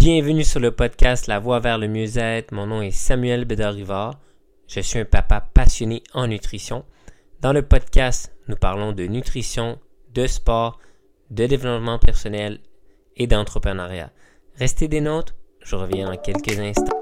Bienvenue sur le podcast La Voie vers le mieux-être. Mon nom est Samuel Bédard-Rivard. Je suis un papa passionné en nutrition. Dans le podcast, nous parlons de nutrition, de sport, de développement personnel et d'entrepreneuriat. Restez des nôtres, je reviens dans quelques instants.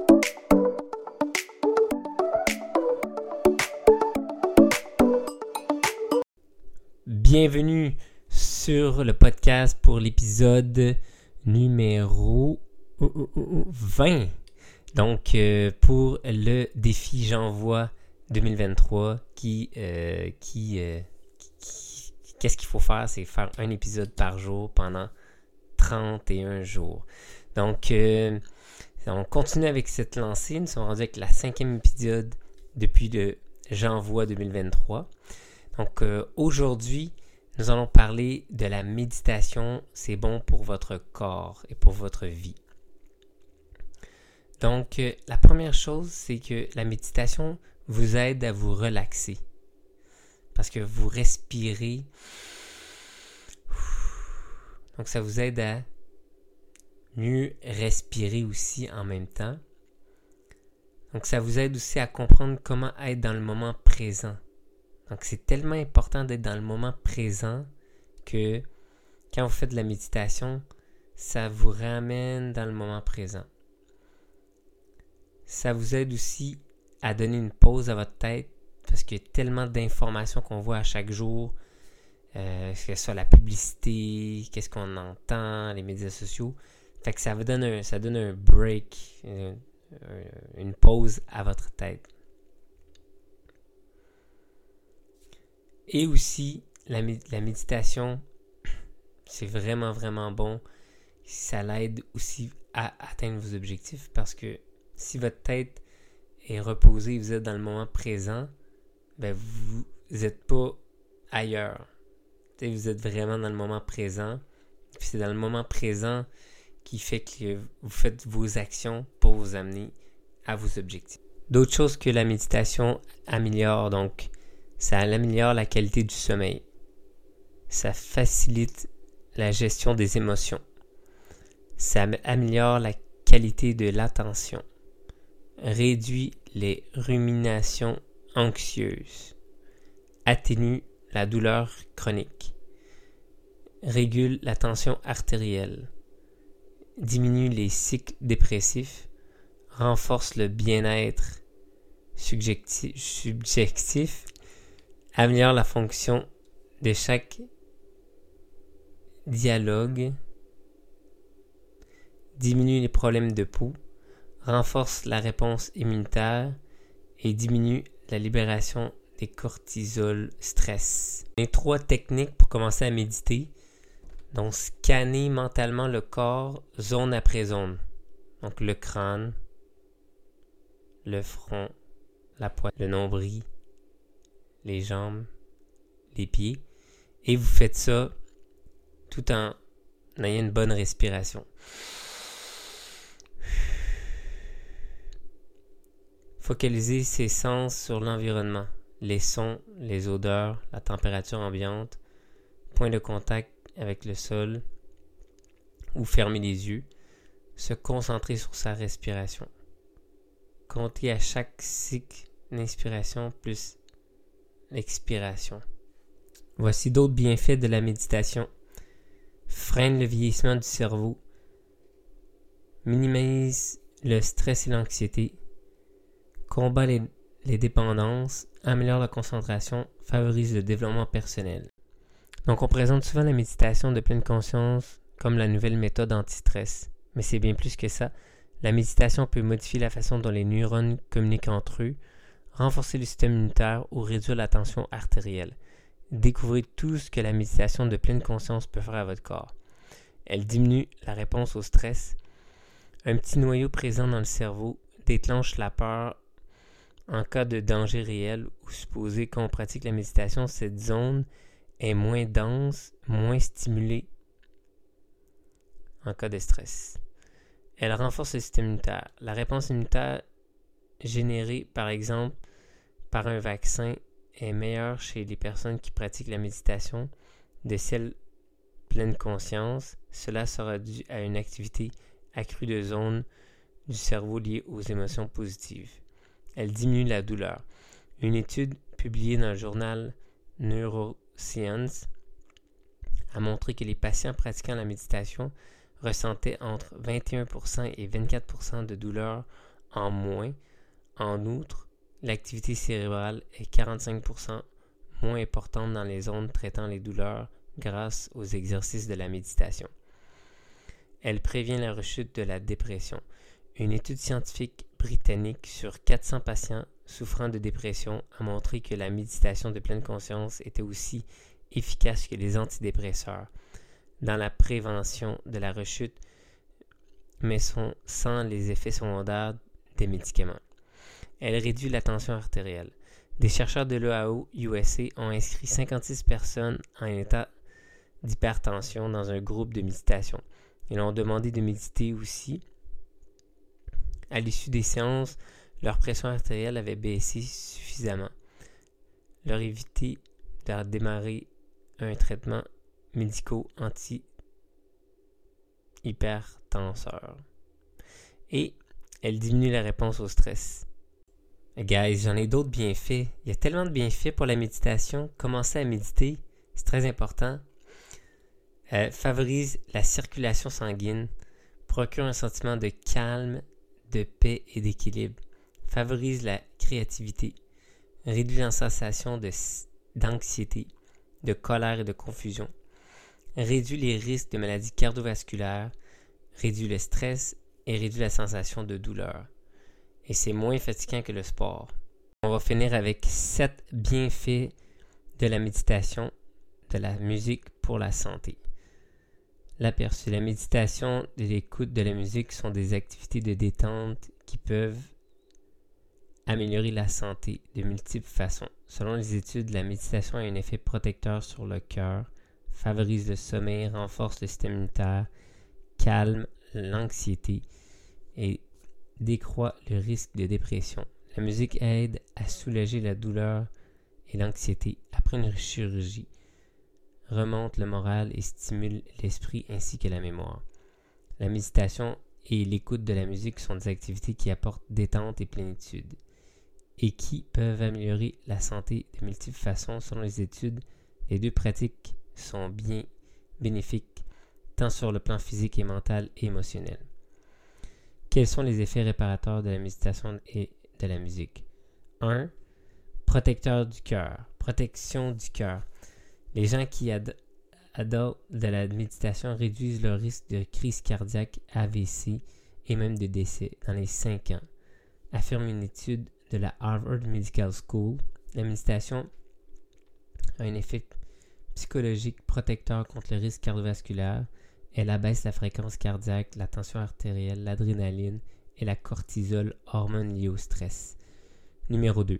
Bienvenue sur le podcast pour l'épisode numéro 20. Donc, pour le défi J'envoie 2023, qu'est-ce qu'il faut faire? C'est faire un épisode par jour pendant 31 jours. Donc, on continue avec cette lancée. Nous sommes rendus avec la 5e épisode depuis le J'envoie 2023. Donc, aujourd'hui, nous allons parler de la méditation. C'est bon pour votre corps et pour votre vie. Donc, la première chose, c'est que la méditation vous aide à vous relaxer. Parce que vous respirez. Donc, ça vous aide à mieux respirer aussi en même temps. Donc, ça vous aide aussi à comprendre comment être dans le moment présent. Donc, c'est tellement important d'être dans le moment présent que quand vous faites de la méditation, ça vous ramène dans le moment présent. Ça vous aide aussi à donner une pause à votre tête parce qu'il y a tellement d'informations qu'on voit à chaque jour, que ce soit la publicité, qu'est-ce qu'on entend, les médias sociaux. Fait que ça donne un break, une pause à votre tête. Et aussi, la méditation, c'est vraiment, vraiment bon. Ça l'aide aussi à atteindre vos objectifs parce que si votre tête est reposée et vous êtes dans le moment présent, ben vous n'êtes pas ailleurs. T'sais, vous êtes vraiment dans le moment présent. Puis c'est dans le moment présent qui fait que vous faites vos actions pour vous amener à vos objectifs. D'autres choses que la méditation améliore, donc, ça améliore la qualité du sommeil. Ça facilite la gestion des émotions. Ça améliore la qualité de l'attention. Réduit les ruminations anxieuses. Atténue la douleur chronique. Régule la tension artérielle. Diminue les cycles dépressifs. Renforce le bien-être subjectif. Améliore la fonction de chaque dialogue, diminue les problèmes de peau, renforce la réponse immunitaire et diminue la libération des cortisol stress. Les 3 techniques pour commencer à méditer. Donc, scanner mentalement le corps zone après zone. Donc, le crâne, le front, la poitrine, le nombril, les jambes, les pieds. Et vous faites ça tout en ayant une bonne respiration. Focalisez ses sens sur l'environnement. Les sons, les odeurs, la température ambiante, point de contact avec le sol ou fermez les yeux. Se concentrer sur sa respiration. Comptez à chaque cycle l'inspiration plus l'expiration. Voici d'autres bienfaits de la méditation. Freine le vieillissement du cerveau. Minimise le stress et l'anxiété. Combat les dépendances. Améliore la concentration. Favorise le développement personnel. Donc, on présente souvent la méditation de pleine conscience comme la nouvelle méthode anti-stress. Mais c'est bien plus que ça. La méditation peut modifier la façon dont les neurones communiquent entre eux, renforcer le système immunitaire ou réduire la tension artérielle. Découvrez tout ce que la méditation de pleine conscience peut faire à votre corps. Elle diminue la réponse au stress. Un petit noyau présent dans le cerveau déclenche la peur en cas de danger réel ou supposé. Quand on pratique la méditation, cette zone est moins dense, moins stimulée en cas de stress. Elle renforce le système immunitaire. La réponse immunitaire générée, par exemple, par un vaccin est meilleure chez les personnes qui pratiquent la méditation de celle pleine conscience. Cela sera dû à une activité accrue de zones du cerveau liées aux émotions positives. Elle diminue la douleur. Une étude publiée dans le journal Neuroscience a montré que les patients pratiquant la méditation ressentaient entre 21% et 24% de douleur en moins. En outre, l'activité cérébrale est 45% moins importante dans les zones traitant les douleurs grâce aux exercices de la méditation. Elle prévient la rechute de la dépression. Une étude scientifique britannique sur 400 patients souffrant de dépression a montré que la méditation de pleine conscience était aussi efficace que les antidépresseurs dans la prévention de la rechute, mais sans les effets secondaires des médicaments. Elle réduit la tension artérielle. Des chercheurs de l'Ohio USA ont inscrit 56 personnes en état d'hypertension dans un groupe de méditation. Ils leur ont demandé de méditer aussi. À l'issue des séances, leur pression artérielle avait baissé suffisamment. Leur éviter de démarrer un traitement médicaux anti-hypertenseur. Et elle diminue la réponse au stress. Guys, j'en ai d'autres bienfaits. Il y a tellement de bienfaits pour la méditation. Commencez à méditer, c'est très important. Favorise la circulation sanguine, procure un sentiment de calme, de paix et d'équilibre, favorise la créativité, réduit la sensation d'anxiété, de colère et de confusion, réduit les risques de maladies cardiovasculaires, réduit le stress et réduit la sensation de douleur. Et c'est moins fatigant que le sport. On va finir avec 7 bienfaits de la méditation, de la musique pour la santé. L'aperçu. La méditation et l'écoute de la musique sont des activités de détente qui peuvent améliorer la santé de multiples façons. Selon les études, la méditation a un effet protecteur sur le cœur, favorise le sommeil, renforce le système immunitaire, calme l'anxiété et décroît le risque de dépression. La musique aide à soulager la douleur et l'anxiété après une chirurgie, remonte le moral et stimule l'esprit ainsi que la mémoire. La méditation et l'écoute de la musique sont des activités qui apportent détente et plénitude et qui peuvent améliorer la santé de multiples façons. Selon les études, les deux pratiques sont bien bénéfiques tant sur le plan physique et mental et émotionnel. Quels sont les effets réparateurs de la méditation et de la musique? 1. Protecteur du cœur. Protection du cœur. Les gens qui adoptent de la méditation réduisent leur risque de crise cardiaque, AVC et même de décès dans les 5 ans, affirme une étude de la Harvard Medical School. La méditation a un effet psychologique protecteur contre le risque cardiovasculaire. Elle abaisse la fréquence cardiaque, la tension artérielle, l'adrénaline et la cortisol, hormones liées au stress. Numéro 2.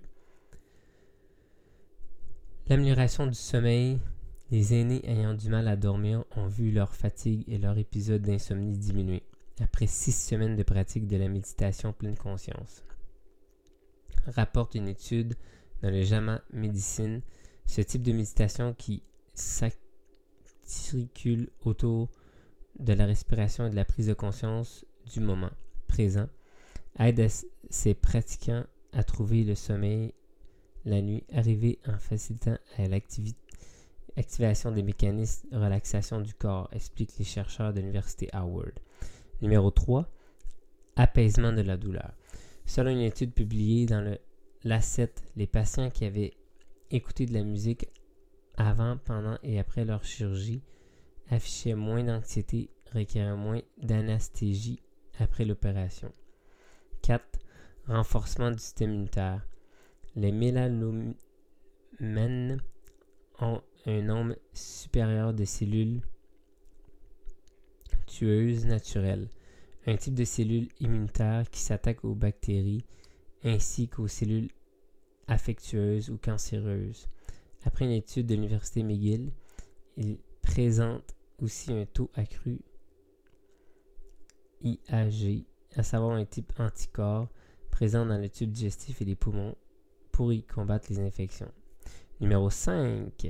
L'amélioration du sommeil. Les aînés ayant du mal à dormir ont vu leur fatigue et leur épisode d'insomnie diminuer après 6 semaines de pratique de la méditation pleine conscience. Rapporte une étude dans le JAMA Medicine. Ce type de méditation qui s'articule autour de la respiration et de la prise de conscience du moment présent aide ses pratiquants à trouver le sommeil la nuit, arriver en facilitant l'activation des mécanismes de relaxation du corps, expliquent les chercheurs de l'Université Howard. Numéro 3. Apaisement de la douleur. Selon une étude publiée dans le Lancet, les patients qui avaient écouté de la musique avant, pendant et après leur chirurgie affichaient moins d'anxiété, requéraient moins d'anesthésie après l'opération. 4. Renforcement du système immunitaire. Les mélanomènes ont un nombre supérieur de cellules tueuses naturelles, un type de cellules immunitaires qui s'attaquent aux bactéries ainsi qu'aux cellules infectieuses ou cancéreuses. Après une étude de l'Université McGill, il présente aussi un taux accru IAG, à savoir un type anticorps présent dans le tube digestif et les poumons pour y combattre les infections. Numéro 5.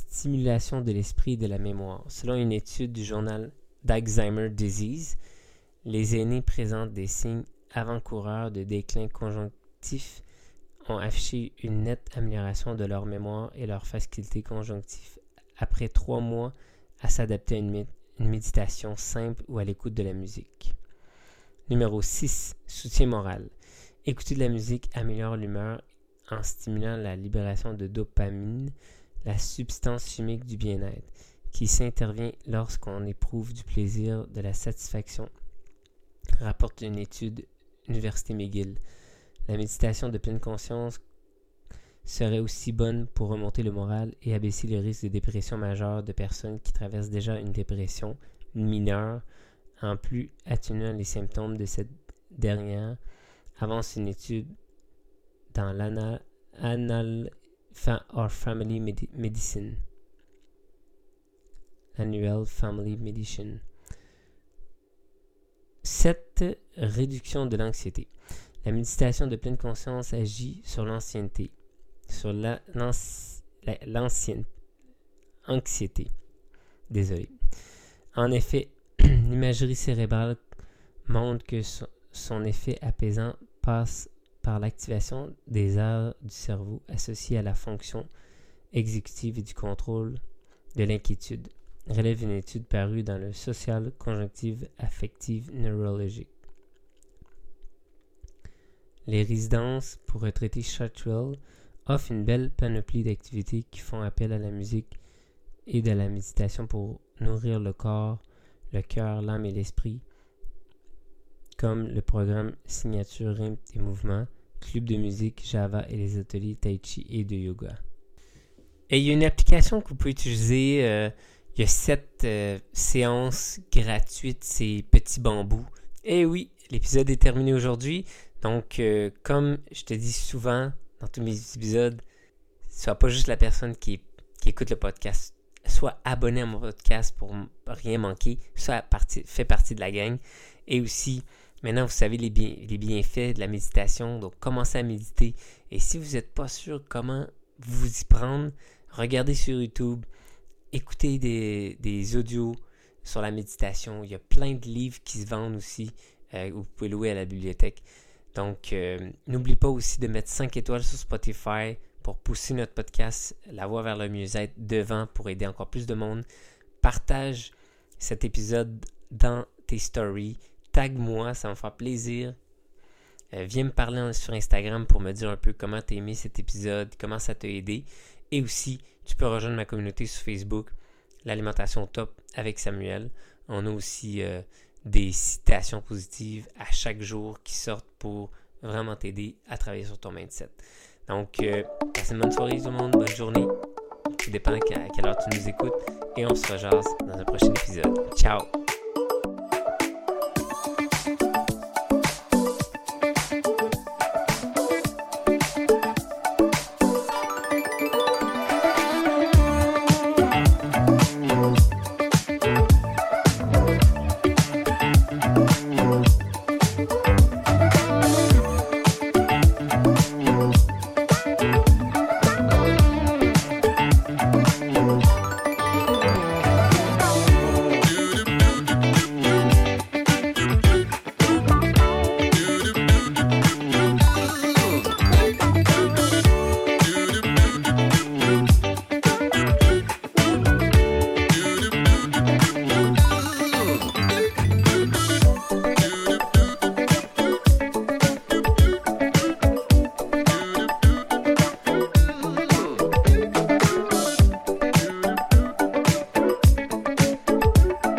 Stimulation de l'esprit et de la mémoire. Selon une étude du journal d'Alzheimer's Disease, Les aînés présentent des signes avant-coureurs de déclin conjonctif ont affiché une nette amélioration de leur mémoire et leur faculté conjonctive après 3 mois à s'adapter à une méditation simple ou à l'écoute de la musique. Numéro 6. Soutien moral. Écouter de la musique améliore l'humeur en stimulant la libération de dopamine, la substance chimique du bien-être, qui s'intervient lorsqu'on éprouve du plaisir, de la satisfaction, rapporte une étude Université McGill. La méditation de pleine conscience serait aussi bonne pour remonter le moral et abaisser le risque de dépression majeure de personnes qui traversent déjà une dépression mineure, en plus atténuant les symptômes de cette dernière, avance une étude dans l'Annal of Family Medicine. Annual Family Medicine. 7. Réduction de l'anxiété. La méditation de pleine conscience agit sur l'anxiété. Désolé. En effet, l'imagerie cérébrale montre que son effet apaisant passe par l'activation des aires du cerveau associées à la fonction exécutive et du contrôle de l'inquiétude, relève une étude parue dans le Social Conjunctive Affective Neurology. Les résidences pour retraités Chartwell offrent une belle panoplie d'activités qui font appel à la musique et de la méditation pour nourrir le corps, le cœur, l'âme et l'esprit, comme le programme Signature Rythme et Mouvement, club de musique Java et les ateliers Tai Chi et de yoga. Et il y a une application que vous pouvez utiliser, il y a 7 séances gratuites, c'est Petit Bambou. Et oui, l'épisode est terminé aujourd'hui, donc comme je te dis souvent dans tous mes épisodes, sois pas juste la personne qui écoute le podcast, sois abonné à mon podcast pour rien manquer, fais partie de la gang. Et aussi, maintenant vous savez les bienfaits de la méditation, donc commencez à méditer. Et si vous n'êtes pas sûr comment vous y prendre, regardez sur YouTube, écoutez des audios sur la méditation. Il y a plein de livres qui se vendent aussi, vous pouvez louer à la bibliothèque. Donc, n'oublie pas aussi de mettre 5 étoiles sur Spotify pour pousser notre podcast, La Voie vers le mieux-être, devant pour aider encore plus de monde. Partage cet épisode dans tes stories. Tag-moi, ça me fera plaisir. Viens me parler sur Instagram pour me dire un peu comment tu as aimé cet épisode, comment ça t'a aidé. Et aussi, tu peux rejoindre ma communauté sur Facebook, l'alimentation top avec Samuel. On a aussi des citations positives à chaque jour qui sortent pour vraiment t'aider à travailler sur ton mindset. Donc, passez une bonne soirée tout le monde, bonne journée. Tout dépend à quelle heure tu nous écoutes. Et on se rejase dans un prochain épisode. Ciao!